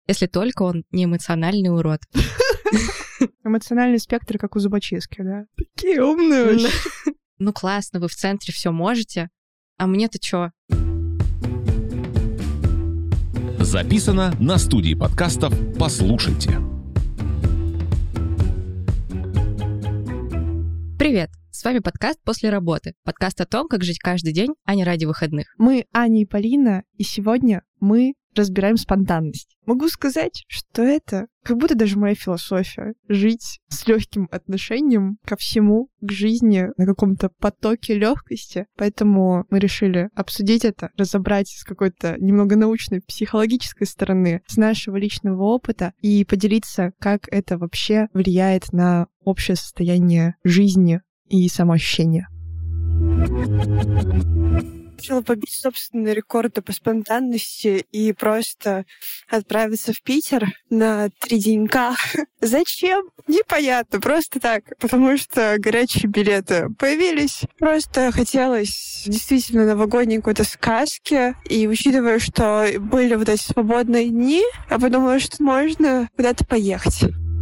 Если только он не эмоциональный урод. Эмоциональный спектр, как у зубочистки, да? Такие умные вообще. Ну классно, вы в центре все можете, а мне-то чё? Записано на студии подкастов «Послушайте». Привет! С вами подкаст «После работы». Подкаст о том, как жить каждый день, а не ради выходных. Мы Аня и Полина, и сегодня мы разбираем спонтанность. Могу сказать, что это как будто даже моя философия. Жить с легким отношением ко всему, к жизни, на каком-то потоке легкости. Поэтому мы решили обсудить это, разобрать с какой-то немного научной, психологической стороны, с нашего личного опыта и поделиться, как это вообще влияет на общее состояние жизни и самоощущения. Решила побить собственные рекорды по спонтанности и просто отправиться в Питер на 3 денька. Зачем? Непонятно. Просто так. Потому что горячие билеты появились. Просто хотелось действительно новогодней какой-то сказки. И учитывая, что были вот эти свободные дни, я подумала, что можно куда-то поехать.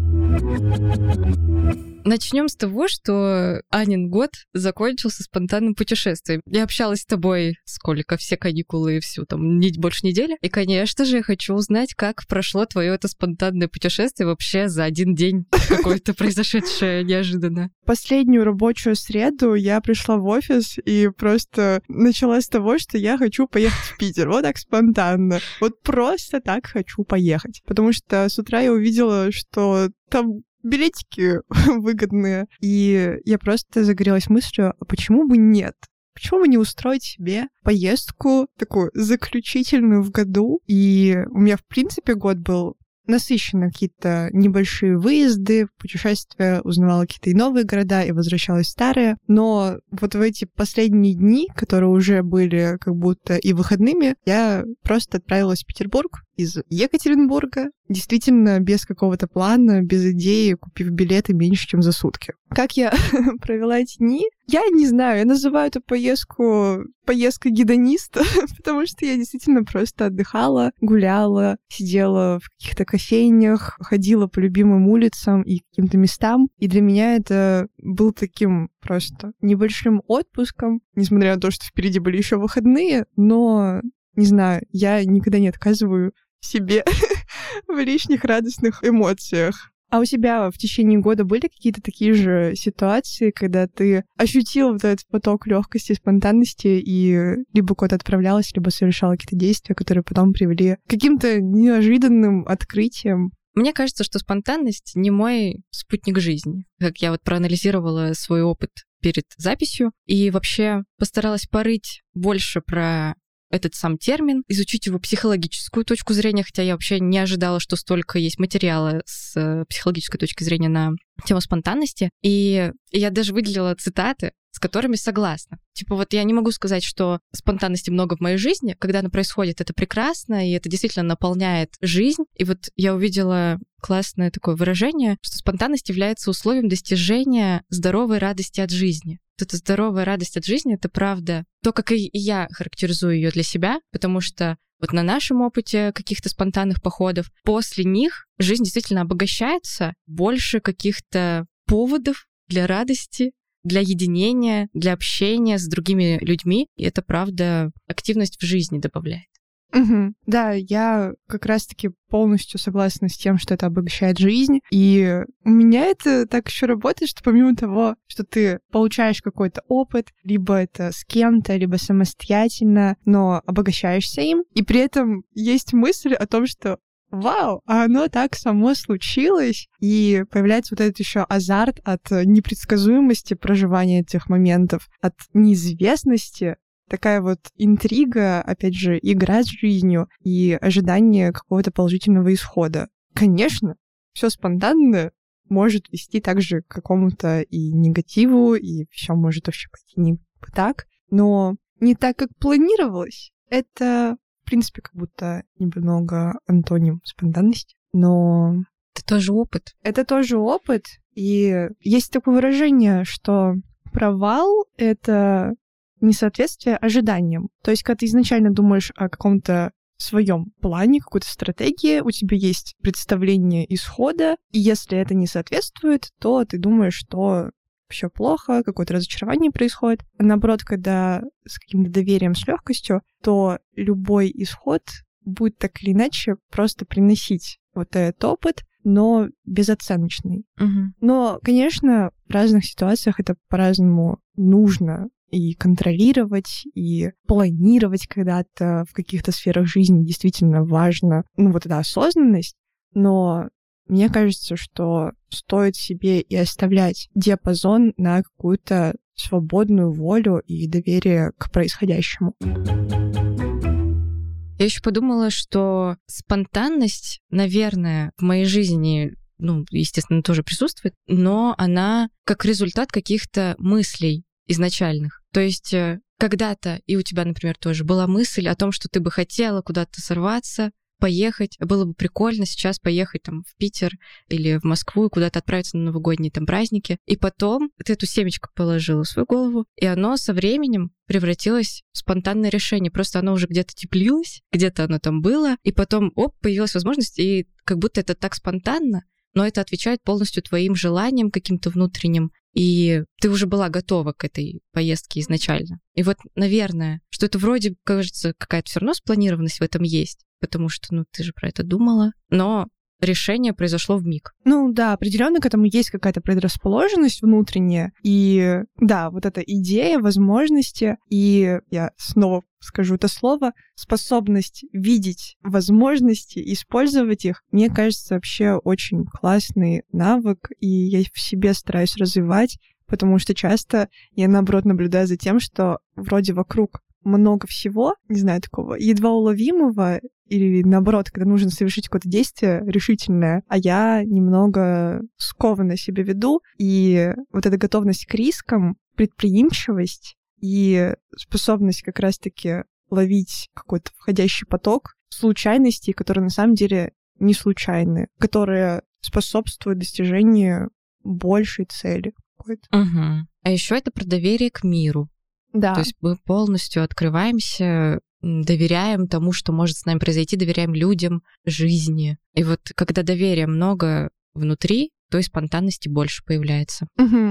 Начнем с того, что Анин год закончился спонтанным путешествием. Я общалась с тобой сколько, все каникулы и всю там больше недели. И, конечно же, я хочу узнать, как прошло твое это спонтанное путешествие вообще за один день, какое-то произошедшее неожиданно. Последнюю рабочую среду я пришла в офис и просто начала с того, что я хочу поехать в Питер. Вот так спонтанно. Вот просто так хочу поехать. Потому что с утра я увидела, что там билетики выгодные. И я просто загорелась мыслью, а почему бы нет? Почему бы не устроить себе поездку такую заключительную в году? И у меня, в принципе, год был насыщенно, какие-то небольшие выезды, путешествия, узнавала какие-то и новые города, и возвращалась в старые. Но вот в эти последние дни, которые уже были как будто и выходными, я просто отправилась в Петербург из Екатеринбурга, действительно без какого-то плана, без идеи, купив билеты меньше, чем за сутки. Как я провела эти дни? Я не знаю, я называю эту поездку поездкой гедониста, потому что я действительно просто отдыхала, гуляла, сидела в каких-то кофейнях, ходила по любимым улицам и каким-то местам. И для меня это был таким просто небольшим отпуском, несмотря на то, что впереди были еще выходные, но, не знаю, я никогда не отказываю себе в лишних радостных эмоциях. А у тебя в течение года были какие-то такие же ситуации, когда ты ощутила вот этот поток легкости, спонтанности и либо куда-то отправлялась, либо совершала какие-то действия, которые потом привели к каким-то неожиданным открытиям? Мне кажется, что спонтанность не мой спутник жизни. Как я вот проанализировала свой опыт перед записью и вообще постаралась порыть больше про этот сам термин, изучить его психологическую точку зрения, хотя я вообще не ожидала, что столько есть материала с психологической точки зрения на тему спонтанности. И я даже выделила цитаты, с которыми согласна. Типа вот я не могу сказать, что спонтанности много в моей жизни. Когда она происходит, это прекрасно, и это действительно наполняет жизнь. И вот я увидела классное такое выражение, что спонтанность является условием достижения здоровой радости от жизни. Вот эта здоровая радость от жизни — это правда то, как и я характеризую ее для себя, потому что вот на нашем опыте каких-то спонтанных походов, после них жизнь действительно обогащается, больше каких-то поводов для радости, для единения, для общения с другими людьми. И это, правда, активность в жизни добавляет. Угу. Да, я как раз-таки полностью согласна с тем, что это обогащает жизнь. И у меня это так еще работает, что помимо того, что ты получаешь какой-то опыт, либо это с кем-то, либо самостоятельно, но обогащаешься им, и при этом есть мысль о том, что вау, а оно так само случилось, и появляется вот этот еще азарт от непредсказуемости проживания этих моментов, от неизвестности, такая вот интрига, опять же, игра с жизнью и ожидание какого-то положительного исхода. Конечно, все спонтанно может вести также к какому-то и негативу, и все может вообще пойти не так, но не так, как планировалось. Это, в принципе, как будто немного антоним спонтанности, но... Это тоже опыт. Это тоже опыт, и есть такое выражение, что провал — это несоответствие ожиданиям. То есть, когда ты изначально думаешь о каком-то своем плане, какой-то стратегии, у тебя есть представление исхода, и если это не соответствует, то ты думаешь, что все плохо, какое-то разочарование происходит. А наоборот, когда с каким-то доверием, с легкостью, то любой исход будет так или иначе просто приносить вот этот опыт, но безоценочный. Но, конечно, в разных ситуациях это по-разному нужно и контролировать, и планировать когда-то в каких-то сферах жизни действительно важно, вот эта осознанность, но мне кажется, что стоит себе и оставлять диапазон на какую-то свободную волю и доверие к происходящему. Я еще подумала, что спонтанность, наверное, в моей жизни, естественно, тоже присутствует, но она как результат каких-то мыслей изначальных. То есть когда-то и у тебя, например, тоже была мысль о том, что ты бы хотела куда-то сорваться, поехать. Было бы прикольно сейчас поехать там в Питер или в Москву и куда-то отправиться на новогодние там праздники. И потом ты эту семечко положила в свою голову, и оно со временем превратилось в спонтанное решение. Просто оно уже где-то теплилось, где-то оно там было, и потом, появилась возможность, и как будто это так спонтанно, но это отвечает полностью твоим желаниям каким-то внутренним, и ты уже была готова к этой поездке изначально. И вот, наверное, что это вроде, кажется, какая-то все равно спланированность в этом есть, потому что, ты же про это думала, но решение произошло вмиг. Да, определенно к этому есть какая-то предрасположенность внутренняя, и да, вот эта идея, возможности, и я снова скажу это слово, способность видеть возможности, использовать их, мне кажется, вообще очень классный навык, и я в себе стараюсь развивать, потому что часто я, наоборот, наблюдаю за тем, что вроде вокруг много всего, не знаю, такого едва уловимого, или наоборот, когда нужно совершить какое-то действие решительное, а я немного скованно себя веду, и вот эта готовность к рискам, предприимчивость и способность как раз-таки ловить какой-то входящий поток случайностей, которые на самом деле не случайны, которые способствуют достижению большей цели какой-то. А еще это про доверие к миру. Да. То есть мы полностью открываемся, доверяем тому, что может с нами произойти, доверяем людям, жизни. И вот когда доверия много внутри, то и спонтанности больше появляется.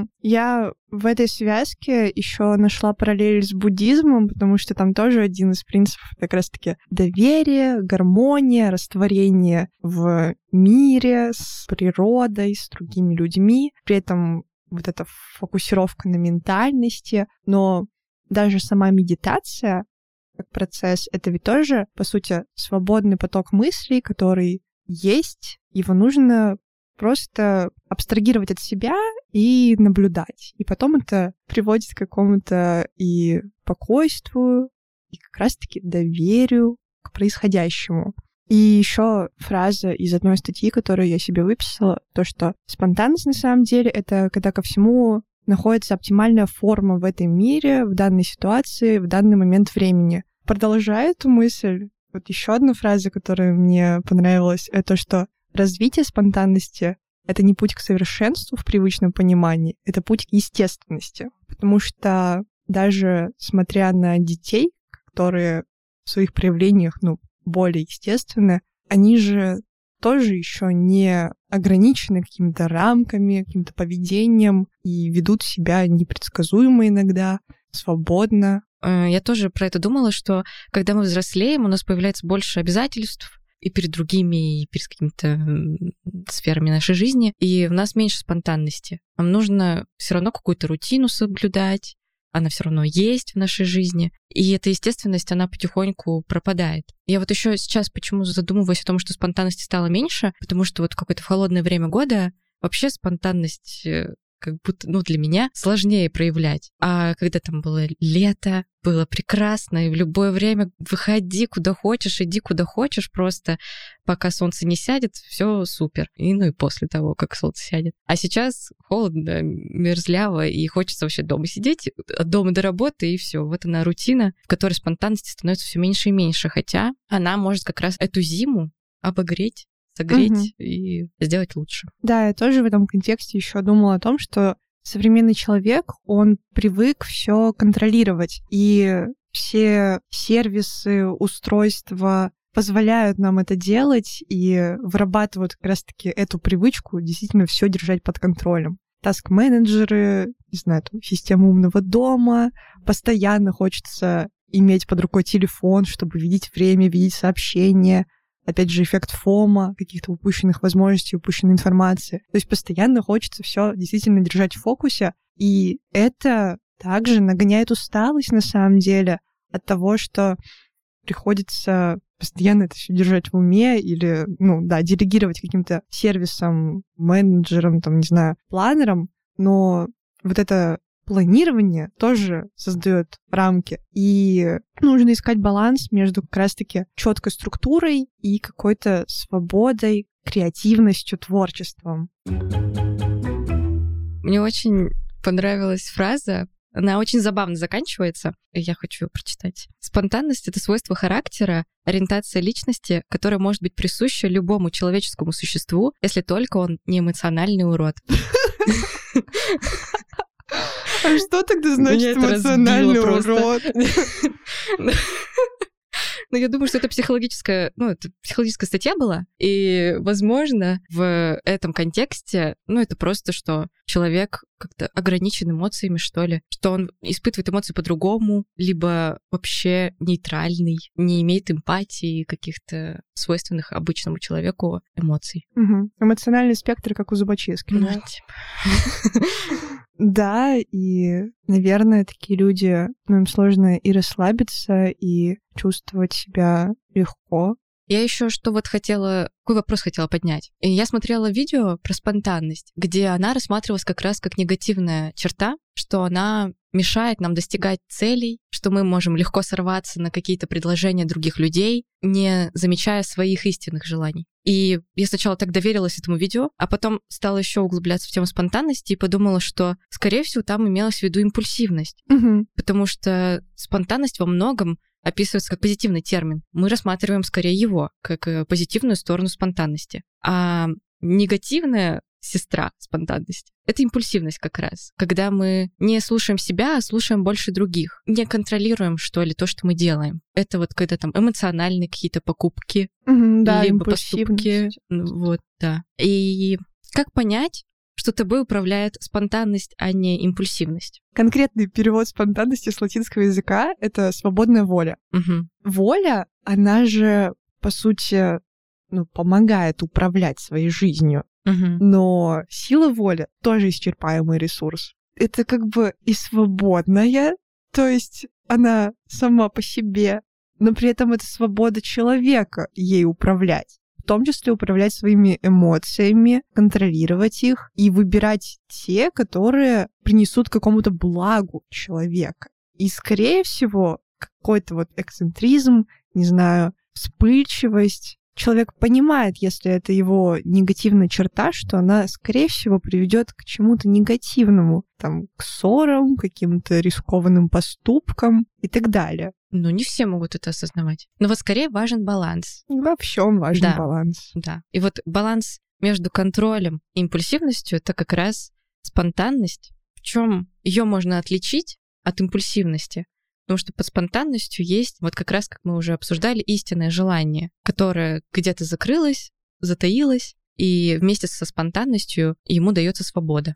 Я в этой связке еще нашла параллель с буддизмом, потому что там тоже один из принципов как раз-таки доверие, гармония, растворение в мире, с природой, с другими людьми. При этом вот эта фокусировка на ментальности, но даже сама медитация как процесс, это ведь тоже, по сути, свободный поток мыслей, который есть, его нужно просто абстрагировать от себя и наблюдать. И потом это приводит к какому-то и спокойствию, и как раз-таки доверию к происходящему. И еще фраза из одной статьи, которую я себе выписала, то, что спонтанность на самом деле — это когда ко всему находится оптимальная форма в этом мире, в данной ситуации, в данный момент времени. Продолжая эту мысль, вот еще одна фраза, которая мне понравилась, это что развитие спонтанности — это не путь к совершенству в привычном понимании, это путь к естественности. Потому что даже смотря на детей, которые в своих проявлениях, более естественны, они же тоже еще не ограничены какими-то рамками, каким-то поведением и ведут себя непредсказуемо иногда, свободно. Я тоже про это думала, что когда мы взрослеем, у нас появляется больше обязательств и перед другими, и перед какими-то сферами нашей жизни, и у нас меньше спонтанности. Нам нужно все равно какую-то рутину соблюдать, она все равно есть в нашей жизни, и эта естественность, она потихоньку пропадает. Я вот еще сейчас почему задумываюсь о том, что спонтанности стало меньше, потому что вот какое-то в холодное время года вообще спонтанность как будто, для меня сложнее проявлять. А когда там было лето, было прекрасно, и в любое время выходи куда хочешь, иди куда хочешь, просто пока солнце не сядет, все супер. И после того, как солнце сядет. А сейчас холодно, мерзляво, и хочется вообще дома сидеть, от дома до работы, и все. Вот она рутина, в которой спонтанности становится все меньше и меньше, хотя она может как раз эту зиму обогреть, согреть и сделать лучше. Да, я тоже в этом контексте еще думала о том, что современный человек, он привык все контролировать, и все сервисы, устройства, позволяют нам это делать и вырабатывают как раз-таки эту привычку действительно все держать под контролем. Таск-менеджеры, не знаю, там, система умного дома, постоянно хочется иметь под рукой телефон, чтобы видеть время, видеть сообщения. Опять же, эффект ФОМа, каких-то упущенных возможностей, упущенной информации. То есть постоянно хочется все действительно держать в фокусе, и это также нагоняет усталость на самом деле от того, что приходится постоянно это все держать в уме или, делегировать каким-то сервисам, менеджерам, там, не знаю, планерам, но вот это планирование тоже создает рамки. И нужно искать баланс между как раз-таки четкой структурой и какой-то свободой, креативностью, творчеством. Мне очень понравилась фраза. Она очень забавно заканчивается. Я хочу ее прочитать. Спонтанность — это свойство характера, ориентация личности, которая может быть присуща любому человеческому существу, если только он не эмоциональный урод. А что тогда значит эмоциональный урод? Я думаю, что это психологическая статья была, и, возможно, в этом контексте, это просто, что человек как-то ограничен эмоциями, что ли, что он испытывает эмоции по-другому, либо вообще нейтральный, не имеет эмпатии, каких-то свойственных обычному человеку эмоций. Эмоциональный спектр, как у зубочистки. Да, и, наверное, такие люди, им сложно и расслабиться, и чувствовать себя легко. Я еще какой вопрос хотела поднять. И я смотрела видео про спонтанность, где она рассматривалась как раз как негативная черта, что она мешает нам достигать целей, что мы можем легко сорваться на какие-то предложения других людей, не замечая своих истинных желаний. И я сначала так доверилась этому видео, а потом стала еще углубляться в тему спонтанности и подумала, что, скорее всего, там имелась в виду импульсивность. Потому что спонтанность во многом описывается как позитивный термин. Мы рассматриваем скорее его, как позитивную сторону спонтанности. А негативная сестра спонтанности — это импульсивность как раз. Когда мы не слушаем себя, а слушаем больше других. Не контролируем, что ли, то, что мы делаем. Это вот когда там эмоциональные какие-то покупки, либо поступки. Да. И как понять, что тобой управляет спонтанность, а не импульсивность? Конкретный перевод спонтанности с латинского языка — это свободная воля. Воля, она же, по сути, помогает управлять своей жизнью. Но сила воли тоже исчерпаемый ресурс. Это как бы и свободная, то есть она сама по себе, но при этом это свобода человека ей управлять. В том числе управлять своими эмоциями, контролировать их и выбирать те, которые принесут какому-то благу человека. И, скорее всего, какой-то эксцентризм, не знаю, вспыльчивость. Человек понимает, если это его негативная черта, что она, скорее всего, приведет к чему-то негативному, к ссорам, каким-то рискованным поступкам и так далее. Не все могут это осознавать. Но скорее важен баланс. Во всем важен баланс. Да. И баланс между контролем и импульсивностью — это как раз спонтанность. В чем ее можно отличить от импульсивности? Потому что под спонтанностью есть, как раз, как мы уже обсуждали, истинное желание, которое где-то закрылось, затаилось, и вместе со спонтанностью ему дается свобода.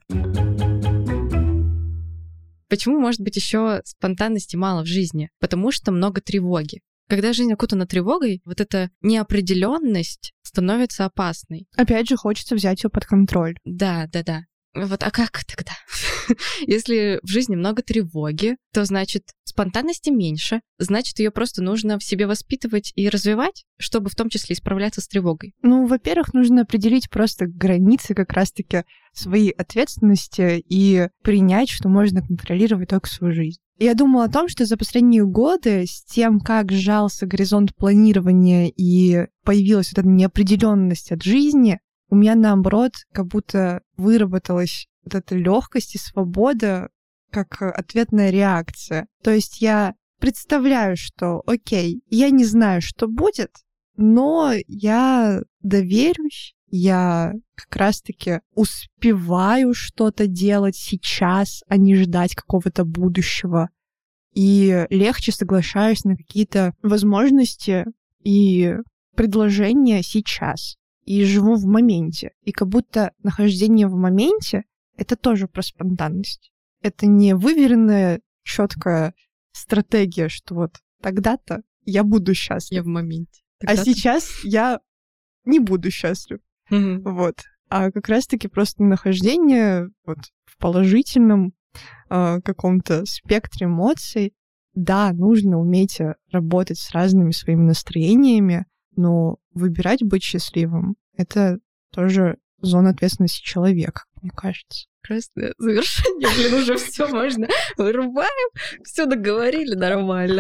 Почему, может быть, еще спонтанности мало в жизни? Потому что много тревоги. Когда жизнь окутана тревогой, эта неопределенность становится опасной. Опять же, хочется взять ее под контроль. Да. А как тогда? Если в жизни много тревоги, то значит спонтанности меньше, значит ее просто нужно в себе воспитывать и развивать, чтобы в том числе и справляться с тревогой. Во-первых, нужно определить просто границы как раз-таки своей ответственности и принять, что можно контролировать только свою жизнь. Я думала о том, что за последние годы с тем, как сжался горизонт планирования и появилась эта неопределенность от жизни, у меня, наоборот, как будто выработалась эта легкость и свобода как ответная реакция. То есть я представляю, что, окей, я не знаю, что будет, но я доверюсь, я как раз-таки успеваю что-то делать сейчас, а не ждать какого-то будущего. И легче соглашаюсь на какие-то возможности и предложение сейчас, и живу в моменте. И как будто нахождение в моменте — это тоже про спонтанность. Это не выверенная, четкая стратегия, что вот тогда-то я буду счастлив. Я в моменте. А сейчас я не буду счастлив. Вот. А как раз-таки просто нахождение вот в положительном каком-то спектре эмоций. Да, нужно уметь работать с разными своими настроениями, но выбирать быть счастливым — это тоже зона ответственности человека, мне кажется. Красное завершение. Блин, уже все можно. Вырубаем. Все договорили нормально.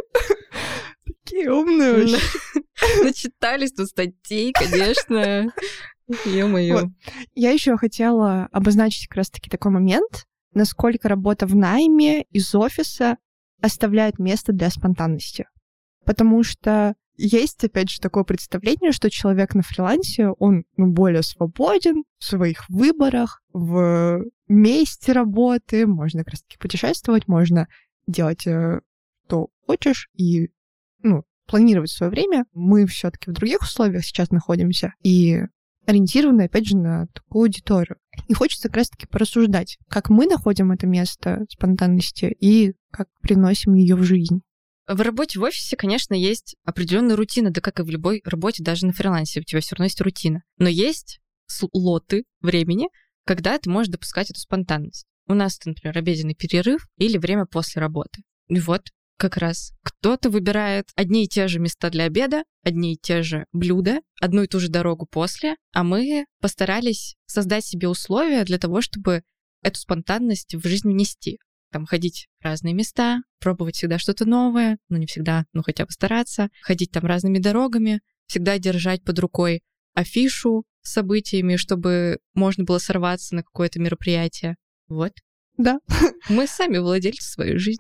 Такие умные вообще. Начитались тут статей, конечно. Ё-моё. Вот. Я еще хотела обозначить как раз-таки такой момент, насколько работа в найме из офиса оставляет место для спонтанности. Потому что есть, опять же, такое представление, что человек на фрилансе, он более свободен в своих выборах, в месте работы, можно как раз-таки путешествовать, можно делать, что хочешь, и планировать свое время. Мы все-таки в других условиях сейчас находимся и ориентированы, опять же, на такую аудиторию. И хочется как раз-таки порассуждать, как мы находим это место спонтанности и как приносим ее в жизнь. В работе в офисе, конечно, есть определенная рутина, да как и в любой работе, даже на фрилансе, у тебя все равно есть рутина. Но есть слоты времени, когда ты можешь допускать эту спонтанность. У нас, например, обеденный перерыв или время после работы. И вот как раз кто-то выбирает одни и те же места для обеда, одни и те же блюда, одну и ту же дорогу после, а мы постарались создать себе условия для того, чтобы эту спонтанность в жизнь внести. Там ходить в разные места, пробовать всегда что-то новое, не всегда, хотя бы стараться, ходить там разными дорогами, всегда держать под рукой афишу с событиями, чтобы можно было сорваться на какое-то мероприятие. Вот. Да. Мы сами владельцы своей жизни.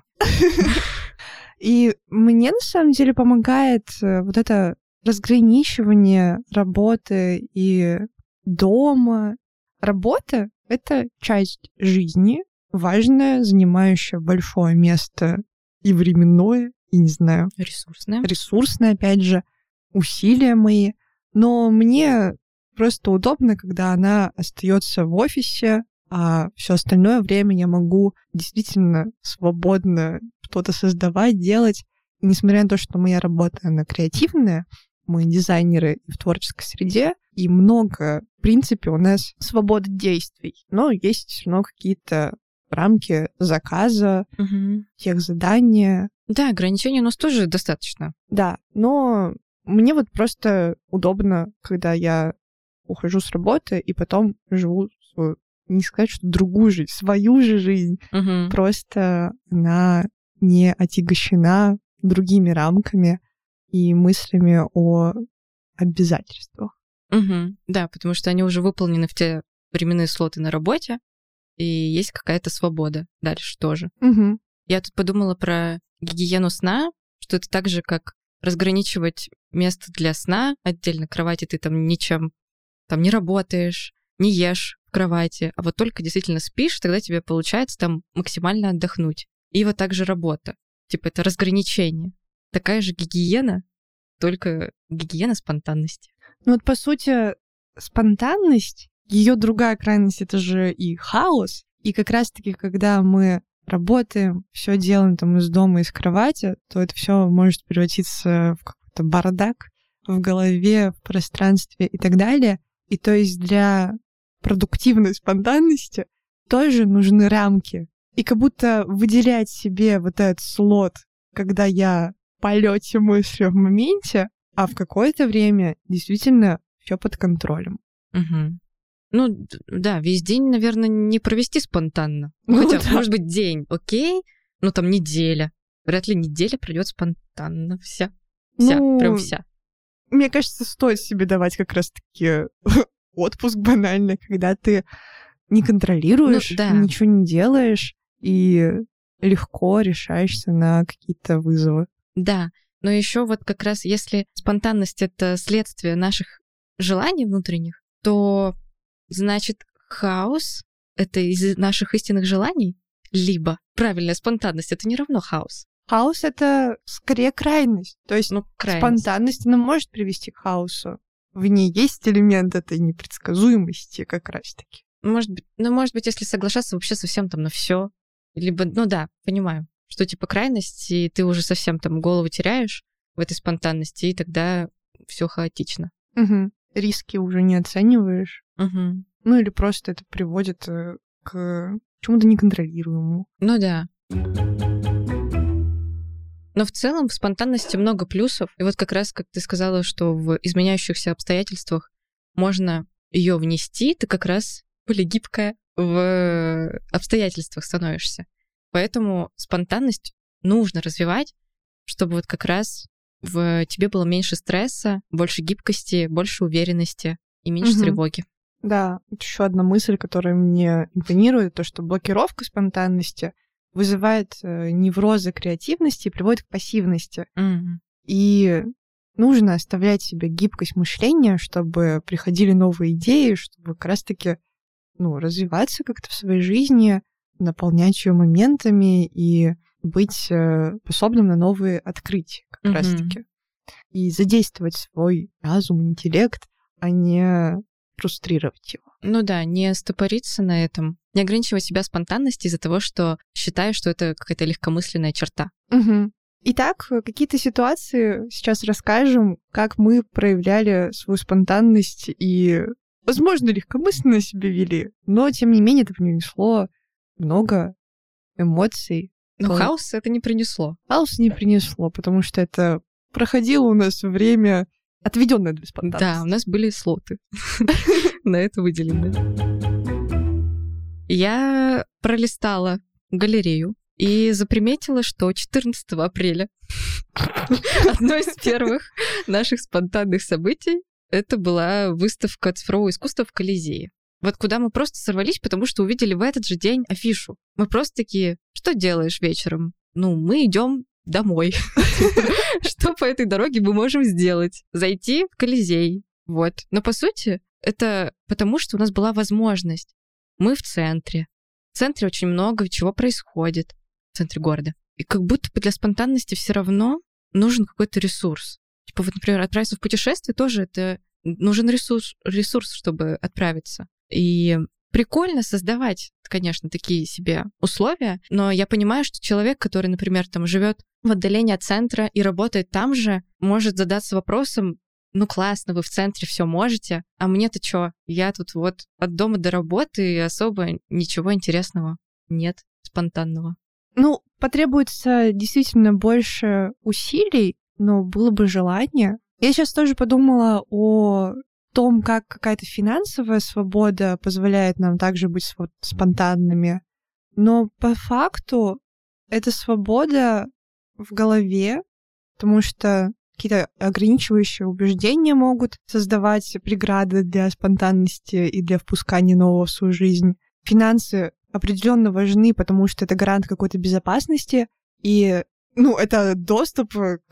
И мне, на самом деле, помогает вот это разграничивание работы и дома. Работа — это часть жизни, важная, занимающая большое место и временное, и, не знаю... Ресурсное, опять же, усилия мои. Но мне просто удобно, когда она остается в офисе, а все остальное время я могу действительно свободно что-то создавать, делать. И несмотря на то, что моя работа, она креативная, мы дизайнеры в творческой среде, и много, в принципе, у нас свободы действий. Но есть все равно какие-то рамки заказа, тех задания. Да, ограничений у нас тоже достаточно. Да, но мне вот просто удобно, когда я ухожу с работы и потом живу свою, не сказать, что другую жизнь, свою же жизнь. Просто она не отягощена другими рамками и мыслями о обязательствах. Да, потому что они уже выполнены в те временные слоты на работе, и есть какая-то свобода дальше тоже. Я тут подумала про гигиену сна, что это так же, как разграничивать место для сна, отдельно кровати, ты там ничем там не работаешь, не ешь в кровати, а вот только действительно спишь, тогда тебе получается там максимально отдохнуть. И вот так же работа. Типа это разграничение. Такая же гигиена, только гигиена спонтанности. Вот по сути, спонтанность, ее другая крайность — это же и хаос. И как раз-таки, когда мы работаем, все делаем там из дома, из кровати, то это все может превратиться в какой-то бардак в голове, в пространстве и так далее. И то есть для продуктивной спонтанности тоже нужны рамки. И как будто выделять себе вот этот слот, когда я в полете мысли в моменте, а в какое-то время действительно все под контролем. Да, весь день, наверное, не провести спонтанно. Хотя, да. Может быть, день, окей, но там неделя. Вряд ли неделя пройдет спонтанно. Вся, прям вся. Мне кажется, стоит себе давать как раз-таки отпуск банально, когда ты не контролируешь, ничего не делаешь и легко решаешься на какие-то вызовы. Да, но еще вот как раз если спонтанность — это следствие наших желаний внутренних, то значит хаос — это из наших истинных желаний, либо правильная спонтанность — это не равно хаос. Хаос — это скорее крайность. То есть спонтанность, она может привести к хаосу. В ней есть элемент этой непредсказуемости как раз-таки. Может быть, если соглашаться вообще совсем там на все, либо, понимаю, что типа крайность, и ты уже совсем там голову теряешь в этой спонтанности, и тогда все хаотично. Угу. Риски уже не оцениваешь. Угу. Или просто это приводит к чему-то неконтролируемому. Да. Но в целом в спонтанности много плюсов. И вот как раз, как ты сказала, что в изменяющихся обстоятельствах можно ее внести, ты как раз более гибкая в обстоятельствах становишься. Поэтому спонтанность нужно развивать, чтобы вот как раз в тебе было меньше стресса, больше гибкости, больше уверенности и меньше тревоги. Да, еще одна мысль, которая мне импонирует, то, что блокировка спонтанности вызывает неврозы креативности и приводит к пассивности. И нужно оставлять себе гибкость мышления, чтобы приходили новые идеи, чтобы как раз-таки развиваться как-то в своей жизни, наполнять ее моментами и быть способным на новые открытия как раз-таки. И задействовать свой разум, интеллект, а не фрустрировать его. Не стопориться на этом, не ограничивать себя спонтанностью из-за того, что считаешь, что это какая-то легкомысленная черта. Итак, какие-то ситуации сейчас расскажем, как мы проявляли свою спонтанность и, возможно, легкомысленно себя вели, но, тем не менее, это принесло много эмоций. Но хаос это не принесло. Хаос не принесло, потому что это проходило у нас время, отведенное для спонтанности. Да, у нас были слоты на это выделены. Я пролистала галерею и заприметила, что 14 апреля одно из первых наших спонтанных событий это была выставка цифрового искусства в Колизее. Вот куда мы просто сорвались, потому что увидели в этот же день афишу. Мы просто такие, что делаешь вечером? Мы идем домой. Что по этой дороге мы можем сделать? Зайти в Колизей. Вот. Но по сути, это потому, что у нас была возможность. Мы в центре. В центре очень много чего происходит. В центре города. И как будто бы для спонтанности все равно нужен какой-то ресурс. Типа вот, например, отправиться в путешествие тоже это нужен ресурс, чтобы отправиться. И прикольно создавать, конечно, такие себе условия, но я понимаю, что человек, который, например, там живет в отдалении от центра и работает там же, может задаться вопросом, классно, вы в центре все можете, а мне-то что? Я тут вот от дома до работы и особо ничего интересного нет, спонтанного. Потребуется действительно больше усилий, но было бы желание. Я сейчас тоже подумала о том, как какая-то финансовая свобода позволяет нам также быть спонтанными. Но по факту эта свобода в голове, потому что какие-то ограничивающие убеждения могут создавать преграды для спонтанности и для впускания нового в свою жизнь. Финансы определенно важны, потому что это гарант какой-то безопасности, и это доступ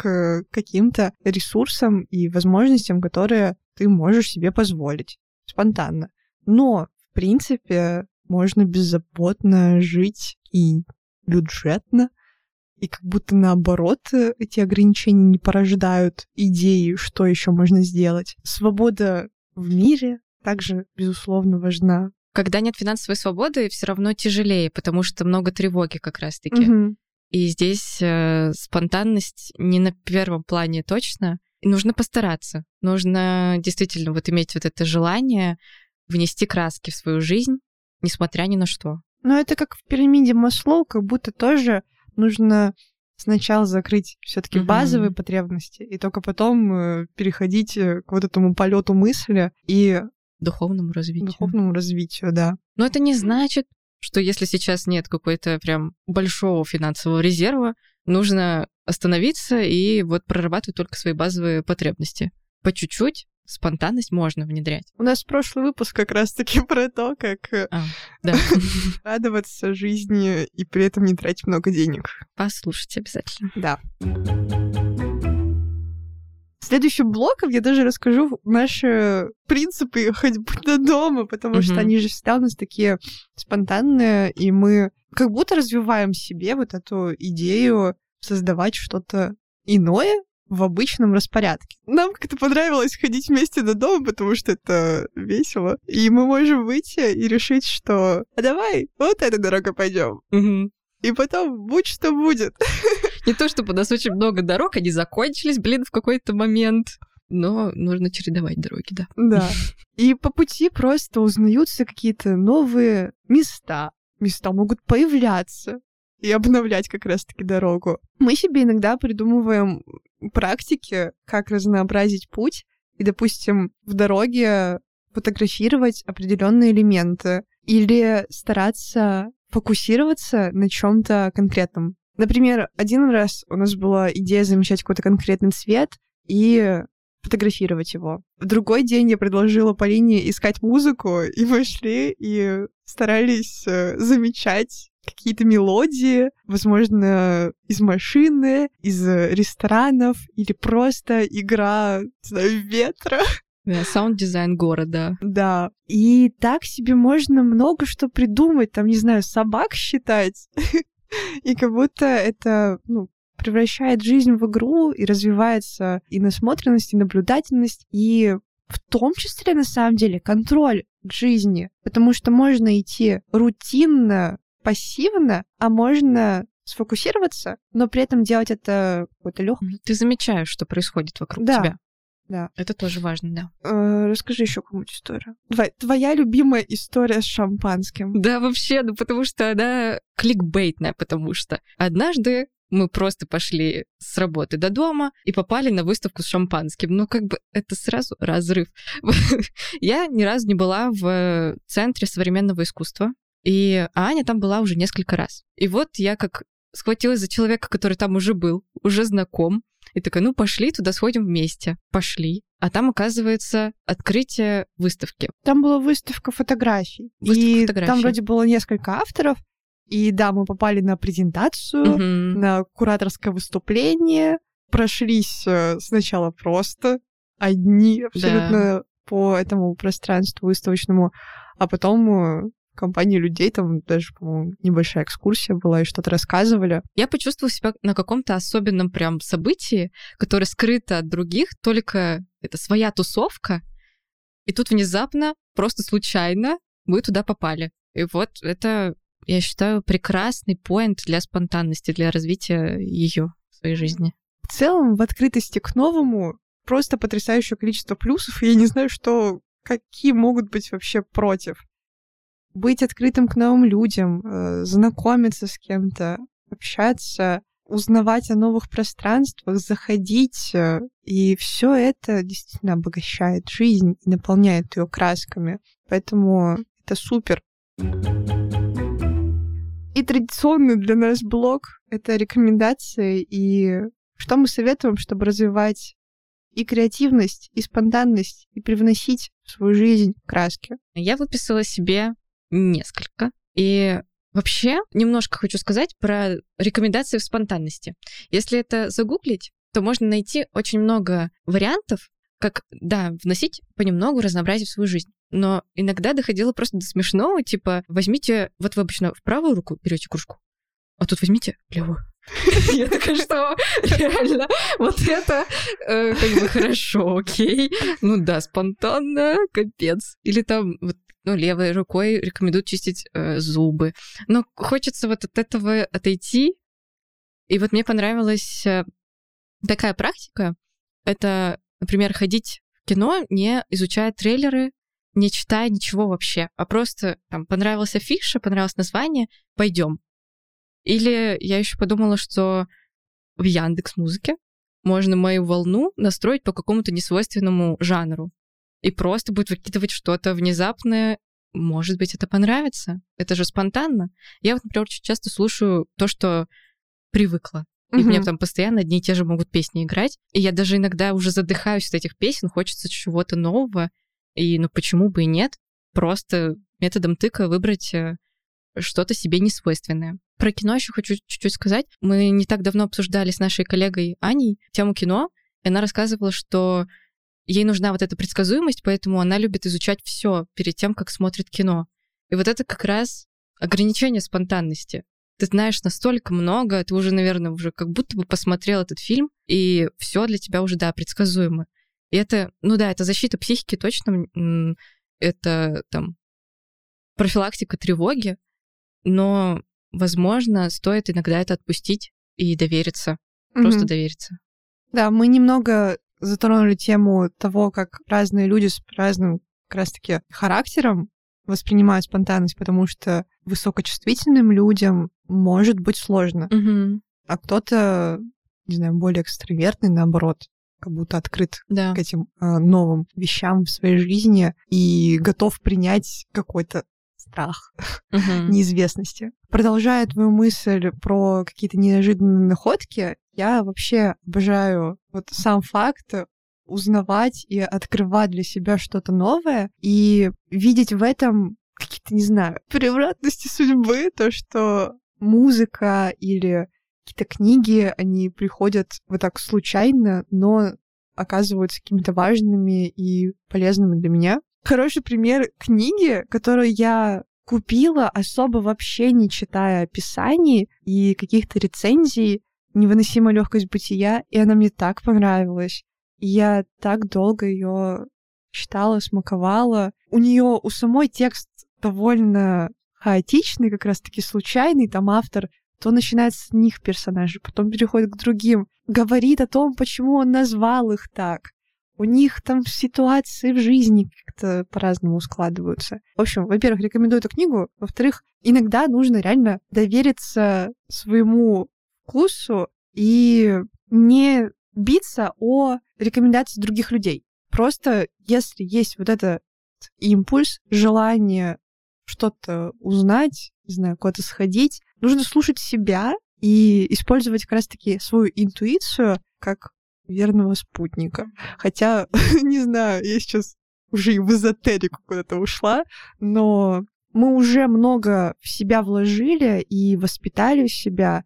к каким-то ресурсам и возможностям, которые ты можешь себе позволить спонтанно. Но, в принципе, можно беззаботно жить и бюджетно, и как будто наоборот эти ограничения не порождают идеи, что еще можно сделать. Свобода в мире также, безусловно, важна. Когда нет финансовой свободы, все равно тяжелее, потому что много тревоги как раз-таки. И здесь спонтанность не на первом плане точно. И нужно постараться. Нужно действительно иметь это желание внести краски в свою жизнь, несмотря ни на что. Но это как в пирамиде Маслоу, как будто тоже нужно сначала закрыть все-таки базовые потребности, и только потом переходить к этому полету мысли и духовному развитию, да. Но это не значит, что если сейчас нет какой-то прям большого финансового резерва, нужно остановиться и прорабатывать только свои базовые потребности. По чуть-чуть спонтанность можно внедрять. У нас прошлый выпуск как раз-таки про то, как радоваться жизни и при этом не тратить много денег. Послушайте обязательно. Да. Следующим блоком я даже расскажу наши принципы ходьбы до дома, потому что они же всегда у нас такие спонтанные, и мы как будто развиваем в себе эту идею создавать что-то иное в обычном распорядке. Нам как-то понравилось ходить вместе до дома, потому что это весело. И мы можем выйти и решить, что а давай вот этой дорогой пойдем. И потом будь что будет. Не то, чтобы у нас очень много дорог, они закончились, в какой-то момент. Но нужно чередовать дороги, да. Да. И по пути просто узнаются какие-то новые места. Места могут появляться и обновлять как раз-таки дорогу. Мы себе иногда придумываем практики, как разнообразить путь, и, допустим, в дороге фотографировать определенные элементы или стараться фокусироваться на чем-то конкретном. Например, один раз у нас была идея замечать какой-то конкретный цвет и фотографировать его. В другой день я предложила Полине искать музыку, и мы шли и старались замечать какие-то мелодии, возможно, из машины, из ресторанов, или просто игра, не знаю, ветра. Да, саунд-дизайн города. Да. И так себе можно много что придумать, там, не знаю, собак считать. И как будто это, превращает жизнь в игру, и развивается и насмотренность, и наблюдательность, и в том числе, на самом деле, контроль к жизни. Потому что можно идти рутинно, пассивно, а можно сфокусироваться, но при этом делать это какое-то легкое. Ты замечаешь, что происходит вокруг тебя. Да. Это тоже важно, да. Расскажи еще какую-нибудь историю. Твоя любимая история с шампанским. Да, вообще, потому что она кликбейтная, потому что однажды мы просто пошли с работы до дома и попали на выставку с шампанским. Это сразу разрыв. Я ни разу не была в Центре современного искусства, и Аня там была уже несколько раз. И вот я как схватилась за человека, который там уже был, уже знаком, и такая, пошли туда, сходим вместе. Пошли. А там, оказывается, открытие выставки. Там была выставка фотографий. Там вроде было несколько авторов. И да, мы попали на презентацию, на кураторское выступление. Прошлись сначала просто одни абсолютно по этому пространству выставочному. А потом компании людей, там даже, по-моему, небольшая экскурсия была, и что-то рассказывали. Я почувствовала себя на каком-то особенном прям событии, которое скрыто от других, только это своя тусовка, и тут внезапно, просто случайно, мы туда попали. И вот это, я считаю, прекрасный поинт для спонтанности, для развития ее в своей жизни. В целом, в открытости к новому просто потрясающее количество плюсов, и я не знаю, какие могут быть вообще против. Быть открытым к новым людям, знакомиться с кем-то, общаться, узнавать о новых пространствах, заходить. И все это действительно обогащает жизнь и наполняет ее красками. Поэтому это супер. И традиционный для нас блок — это рекомендации. И что мы советуем, чтобы развивать и креативность, и спонтанность, и привносить в свою жизнь краски? Я выписала себе несколько. И вообще немножко хочу сказать про рекомендации в спонтанности. Если это загуглить, то можно найти очень много вариантов, как, вносить понемногу разнообразие в свою жизнь. Но иногда доходило просто до смешного, типа, возьмите, вот вы обычно в правую руку берете кружку, а тут возьмите в левую. Я такая, что реально, вот это хорошо, окей. Спонтанно, капец. Или там левой рукой рекомендуют чистить зубы. Но хочется вот от этого отойти. И вот мне понравилась такая практика. Это, например, ходить в кино, не изучая трейлеры, не читая ничего вообще, а просто там понравилась афиша, понравилось название, пойдем. Или я еще подумала, что в Яндекс.Музыке можно мою волну настроить по какому-то несвойственному жанру. И просто будет выкидывать что-то внезапное. Может быть, это понравится. Это же спонтанно. Я вот, например, очень часто слушаю то, что привыкла. И у меня там постоянно одни и те же могут песни играть. И я даже иногда уже задыхаюсь от этих песен, хочется чего-то нового. И почему бы и нет? Просто методом тыка выбрать что-то себе несвойственное. Про кино еще хочу чуть-чуть сказать. Мы не так давно обсуждали с нашей коллегой Аней тему кино, и она рассказывала, что ей нужна вот эта предсказуемость, поэтому она любит изучать все перед тем, как смотрит кино. И вот это как раз ограничение спонтанности. ты знаешь настолько много, ты уже, наверное, уже как будто бы посмотрел этот фильм, и все для тебя уже, да, предсказуемо. И это, ну да, это защита психики точно, это там профилактика тревоги, но, возможно, стоит иногда это отпустить и довериться, просто довериться. Да, мы немного затронули тему того, как разные люди с разным как раз-таки характером воспринимают спонтанность, потому что высокочувствительным людям может быть сложно. А кто-то, не знаю, более экстравертный, наоборот, как будто открыт к этим новым вещам в своей жизни и готов принять какой-то страх неизвестности. Продолжая твою мысль про какие-то неожиданные находки, я вообще обожаю вот сам факт узнавать и открывать для себя что-то новое и видеть в этом какие-то, не знаю, превратности судьбы, то, что музыка или какие-то книги, они приходят вот так случайно, но оказываются какими-то важными и полезными для меня. Хороший пример книги, которую я купила, особо вообще не читая описаний и каких-то рецензий, «Невыносимая легкость бытия», и она мне так понравилась. И я так долго ее читала, смаковала. У нее у самой текст довольно хаотичный, как раз-таки случайный. Там автор то начинает с них персонажей, потом переходит к другим. Говорит о том, почему он назвал их так. У них там ситуации в жизни как-то по-разному складываются. В общем, во-первых, рекомендую эту книгу. Во-вторых, иногда нужно реально довериться своему вкусу и не биться о рекомендации других людей. Просто если есть вот этот импульс, желание что-то узнать, не знаю, куда-то сходить, нужно слушать себя и использовать как раз-таки свою интуицию как верного спутника. Хотя, не знаю, я сейчас уже и в эзотерику куда-то ушла, но мы уже много в себя вложили и воспитали себя,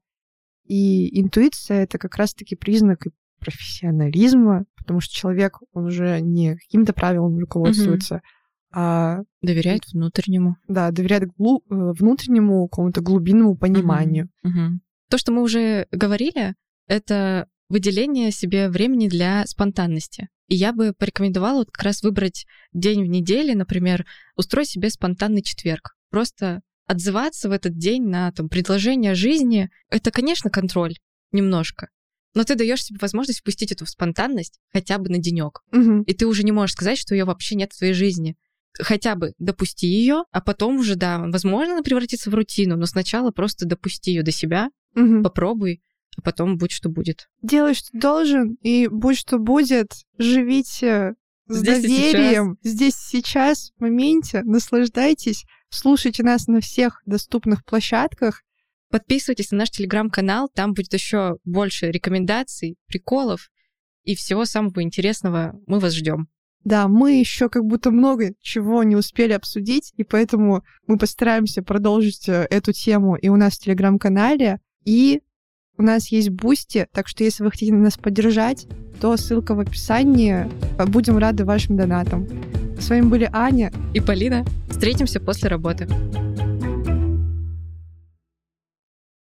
и интуиция — это как раз-таки признак профессионализма, потому что человек, он уже не каким-то правилам руководствуется, а... Доверяет внутреннему. Да, доверяет внутреннему какому-то глубинному пониманию. То, что мы уже говорили, это выделение себе времени для спонтанности. И я бы порекомендовала вот как раз выбрать день в неделе, например, устроить себе спонтанный четверг. Просто отзываться в этот день на там, предложение жизни. Это, конечно, контроль немножко, но ты даешь себе возможность впустить эту спонтанность хотя бы на денек. И ты уже не можешь сказать, что ее вообще нет в твоей жизни. Хотя бы допусти ее, а потом уже, да, возможно, она превратится в рутину, но сначала просто допусти ее до себя, попробуй, а потом будь что будет. Делай, что должен, и будь что будет. Живите с доверием. Здесь сейчас, в моменте. Наслаждайтесь. Слушайте нас на всех доступных площадках. Подписывайтесь на наш телеграм-канал. Там будет еще больше рекомендаций, приколов и всего самого интересного. Мы вас ждем. Да, мы еще как будто много чего не успели обсудить, и поэтому мы постараемся продолжить эту тему и у нас в телеграм-канале, и у нас есть Бусти, так что если вы хотите нас поддержать, то ссылка в описании. Будем рады вашим донатам. С вами были Аня и Полина. Встретимся после работы.